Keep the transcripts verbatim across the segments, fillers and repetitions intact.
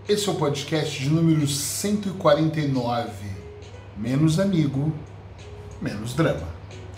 Esse é o podcast de número cento e quarenta e nove. Menos amigo, menos drama.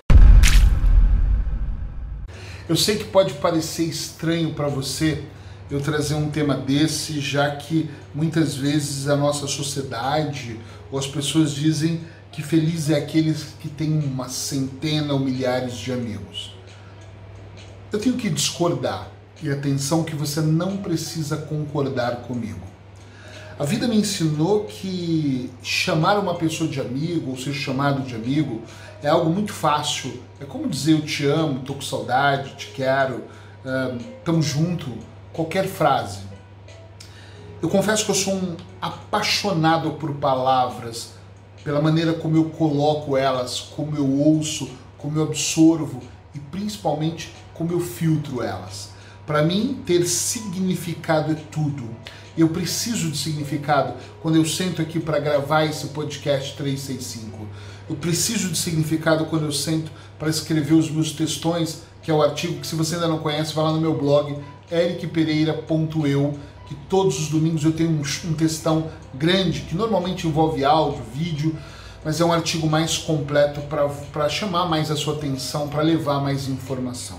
Eu sei que pode parecer estranho para você eu trazer um tema desse, já que muitas vezes a nossa sociedade ou as pessoas dizem que feliz é aquele que tem uma centena ou milhares de amigos. Eu tenho que discordar, e atenção que você não precisa concordar comigo. A vida me ensinou que chamar uma pessoa de amigo, ou ser chamado de amigo, é algo muito fácil. É como dizer eu te amo, tô com saudade, te quero, uh, tamo junto, qualquer frase. Eu confesso que eu sou um apaixonado por palavras, pela maneira como eu coloco elas, como eu ouço, como eu absorvo e principalmente como eu filtro elas. Para mim, ter significado é tudo. Eu preciso de significado quando eu sento aqui para gravar esse podcast trezentos e sessenta e cinco. Eu preciso de significado quando eu sento para escrever os meus textões, que é o artigo que, se você ainda não conhece, vai lá no meu blog, eric pereira ponto eu, que todos os domingos eu tenho um, um textão grande, que normalmente envolve áudio, vídeo, mas é um artigo mais completo para chamar mais a sua atenção, para levar mais informação.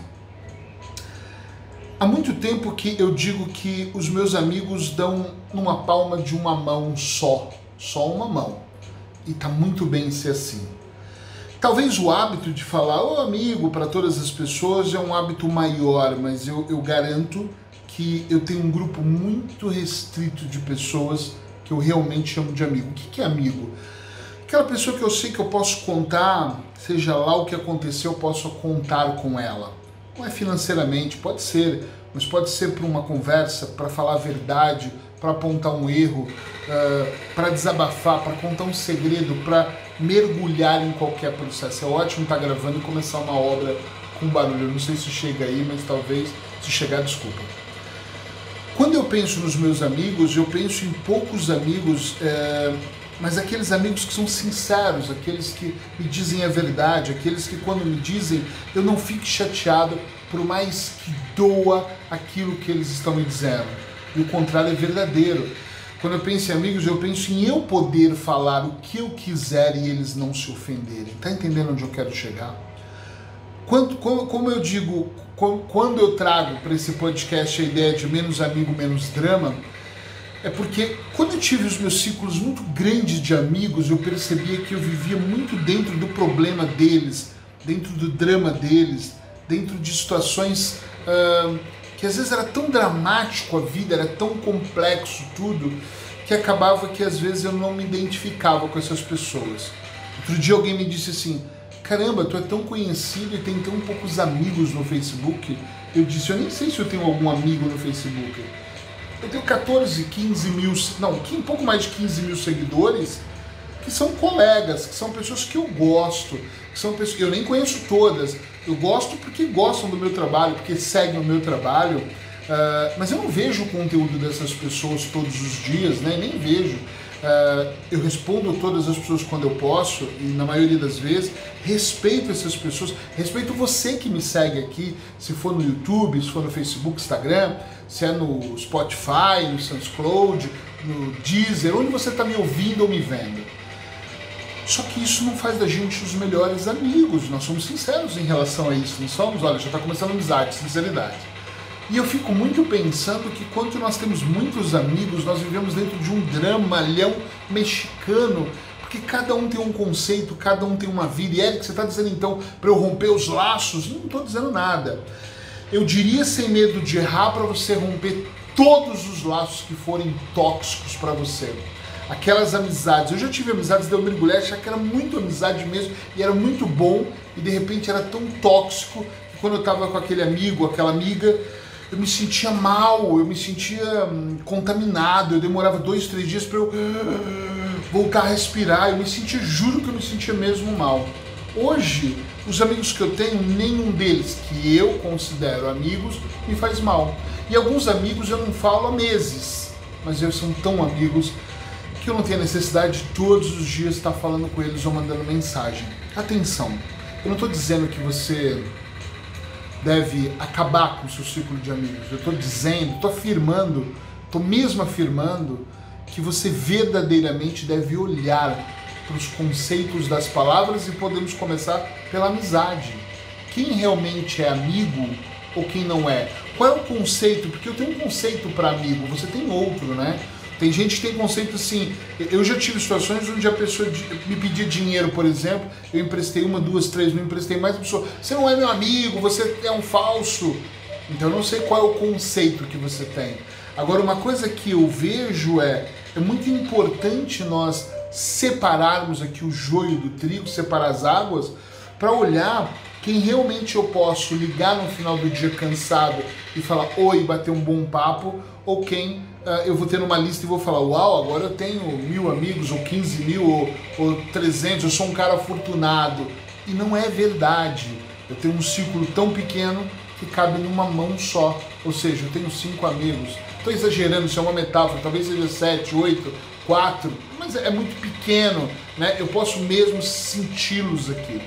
Há muito tempo que eu digo que os meus amigos dão numa palma de uma mão só, só uma mão. E tá muito bem ser assim. Talvez o hábito de falar ô amigo para todas as pessoas é um hábito maior, mas eu, eu garanto que eu tenho um grupo muito restrito de pessoas que eu realmente chamo de amigo. O que que é amigo? Aquela pessoa que eu sei que eu posso contar, seja lá o que aconteceu, eu posso contar com ela. Não é financeiramente, pode ser, mas pode ser para uma conversa, para falar a verdade, para apontar um erro, uh, para desabafar, para contar um segredo, para mergulhar em qualquer processo. É ótimo estar gravando e começar uma obra com barulho. Eu não sei se chega aí, mas talvez, se chegar, desculpa. Quando eu penso nos meus amigos, eu penso em poucos amigos, é, mas aqueles amigos que são sinceros, aqueles que me dizem a verdade, aqueles que quando me dizem eu não fico chateado, por mais que doa aquilo que eles estão me dizendo. E o contrário é verdadeiro. Quando eu penso em amigos, eu penso em eu poder falar o que eu quiser e eles não se ofenderem. Tá entendendo onde eu quero chegar? Quando, como, como eu digo, quando eu trago para esse podcast a ideia de menos amigo, menos drama, é porque quando eu tive os meus ciclos muito grandes de amigos, eu percebia que eu vivia muito dentro do problema deles, dentro do drama deles, dentro de situações uh, que às vezes era tão dramático a vida, era tão complexo tudo, que acabava que às vezes eu não me identificava com essas pessoas. Outro dia alguém me disse assim, caramba, tu é tão conhecido e tem tão poucos amigos no Facebook. Eu disse, eu nem sei se eu tenho algum amigo no Facebook. Eu tenho quatorze, quinze mil, não, um pouco mais de quinze mil seguidores, que são colegas, que são pessoas que eu gosto, que são pessoas que eu nem conheço todas. Eu gosto porque gostam do meu trabalho, porque seguem o meu trabalho, uh, mas eu não vejo o conteúdo dessas pessoas todos os dias, né? Nem vejo. Uh, eu respondo todas as pessoas quando eu posso, e na maioria das vezes, respeito essas pessoas, respeito você que me segue aqui, se for no YouTube, se for no Facebook, Instagram, se é no Spotify, no SoundCloud, no Deezer, onde você está me ouvindo ou me vendo. Só que isso não faz da gente os melhores amigos, nós somos sinceros em relação a isso, não somos? Olha, já está começando a amizade, sinceridade. E eu fico muito pensando que quando nós temos muitos amigos, nós vivemos dentro de um dramalhão mexicano, porque cada um tem um conceito, cada um tem uma vida. E Eric, você está dizendo então para eu romper os laços? Não estou dizendo nada. Eu diria sem medo de errar para você romper todos os laços que forem tóxicos para você. Aquelas amizades, eu já tive amizades de eu mergulhar, achar que era muito amizade mesmo, e era muito bom, e de repente era tão tóxico, que quando eu estava com aquele amigo, aquela amiga, eu me sentia mal, eu me sentia hum, contaminado, eu demorava dois, três dias para eu uh, voltar a respirar, eu me sentia, juro que eu me sentia mesmo mal. Hoje, os amigos que eu tenho, nenhum deles que eu considero amigos me faz mal. E alguns amigos eu não falo há meses, mas eles são tão amigos que eu não tenho a necessidade de todos os dias estar falando com eles ou mandando mensagem. Atenção, eu não estou dizendo que você deve acabar com o seu círculo de amigos. Eu estou dizendo, estou afirmando, estou mesmo afirmando que você verdadeiramente deve olhar para os conceitos das palavras e podemos começar pela amizade. Quem realmente é amigo ou quem não é? Qual é o conceito? Porque eu tenho um conceito para amigo, você tem outro, né? Tem gente que tem conceito assim, eu já tive situações onde a pessoa me pedia dinheiro, por exemplo, eu emprestei uma, duas, três, não emprestei mais, a pessoa, você não é meu amigo, você é um falso. Então eu não sei qual é o conceito que você tem. Agora, uma coisa que eu vejo é, é muito importante nós separarmos aqui o joio do trigo, separar as águas, para olhar quem realmente eu posso ligar no final do dia cansado e falar oi, bater um bom papo, ou quem uh, eu vou ter numa lista e vou falar, uau, agora eu tenho mil amigos, ou quinze mil, ou, ou trezentos, eu sou um cara afortunado. E não é verdade. Eu tenho um círculo tão pequeno que cabe numa mão só. Ou seja, eu tenho cinco amigos. Estou exagerando, isso é uma metáfora, talvez seja sete, oito, quatro, mas é muito pequeno, né? Eu posso mesmo senti-los aqui.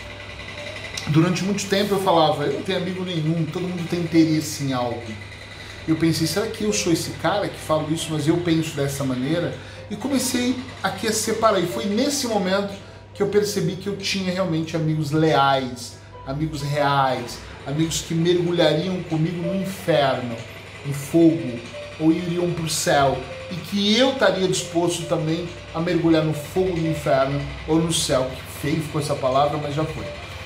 Durante muito tempo eu falava, eu não tenho amigo nenhum, todo mundo tem interesse em algo. Eu pensei, será que eu sou esse cara que falo isso, mas eu penso dessa maneira? E comecei aqui a separar. E foi nesse momento que eu percebi que eu tinha realmente amigos leais, amigos reais, amigos que mergulhariam comigo no inferno, no fogo, ou iriam para o céu. E que eu estaria disposto também a mergulhar no fogo do inferno ou no céu. Que feio ficou essa palavra, mas já foi.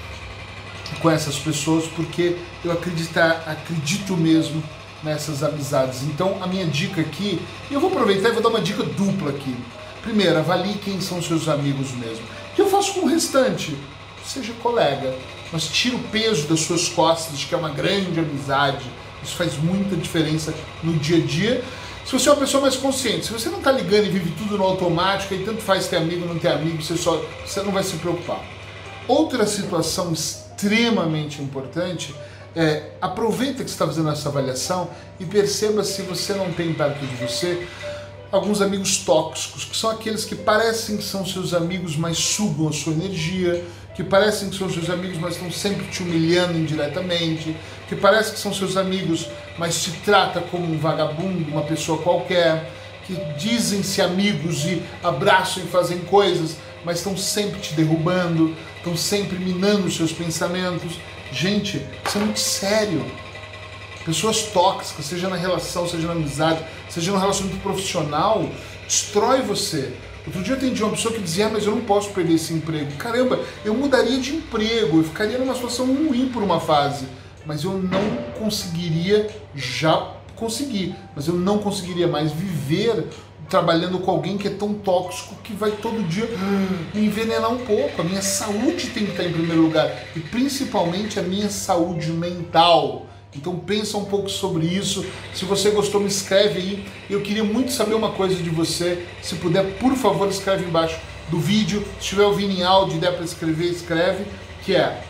Com essas pessoas, porque eu acredito, acredito mesmo nessas amizades. Então a minha dica aqui, e eu vou aproveitar e vou dar uma dica dupla aqui. Primeiro, avalie quem são seus amigos mesmo. O que eu faço com o restante? Seja colega, mas tira o peso das suas costas de que é uma grande amizade. Isso faz muita diferença no dia a dia. Se você é uma pessoa mais consciente, se você não está ligando e vive tudo no automático, aí tanto faz ter amigo, não ter amigo, você, só, você não vai se preocupar. Outra situação extremamente importante é, aproveita que você está fazendo essa avaliação e perceba se você não tem perto de você alguns amigos tóxicos, que são aqueles que parecem que são seus amigos, mas sugam a sua energia, que parecem que são seus amigos, mas estão sempre te humilhando indiretamente, que parece que são seus amigos, mas te trata como um vagabundo, uma pessoa qualquer, que dizem-se amigos e abraçam e fazem coisas, mas estão sempre te derrubando, estão sempre minando os seus pensamentos. Gente, isso é muito sério. Pessoas tóxicas, seja na relação, seja na amizade, seja no relacionamento profissional, destrói você. Outro dia eu atendi uma pessoa que dizia, ah, mas eu não posso perder esse emprego. Caramba, eu mudaria de emprego, eu ficaria numa situação ruim por uma fase, mas eu não conseguiria, já consegui, mas eu não conseguiria mais viver trabalhando com alguém que é tão tóxico que vai todo dia me envenenar um pouco. A minha saúde tem que estar em primeiro lugar e principalmente a minha saúde mental. Então pensa um pouco sobre isso. Se você gostou, me escreve aí. Eu queria muito saber uma coisa de você. Se puder, por favor, escreve embaixo do vídeo. Se estiver ouvindo em áudio e der para escrever, escreve. Que é,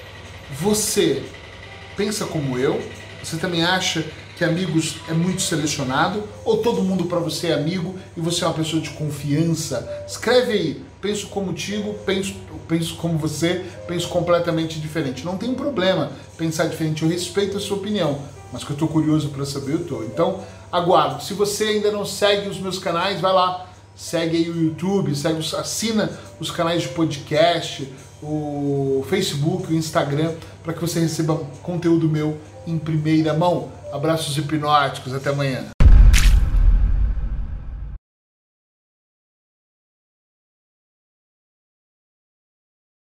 você pensa como eu? Você também acha que amigos é muito selecionado? Ou todo mundo para você é amigo e você é uma pessoa de confiança? Escreve aí. Penso como contigo, penso, penso como você, penso completamente diferente. Não tem problema pensar diferente, eu respeito a sua opinião, mas que eu estou curioso para saber, eu estou. Então, aguardo. Se você ainda não segue os meus canais, vai lá, segue aí o YouTube, segue, assina os canais de podcast, o Facebook, o Instagram, para que você receba conteúdo meu em primeira mão. Abraços hipnóticos, até amanhã.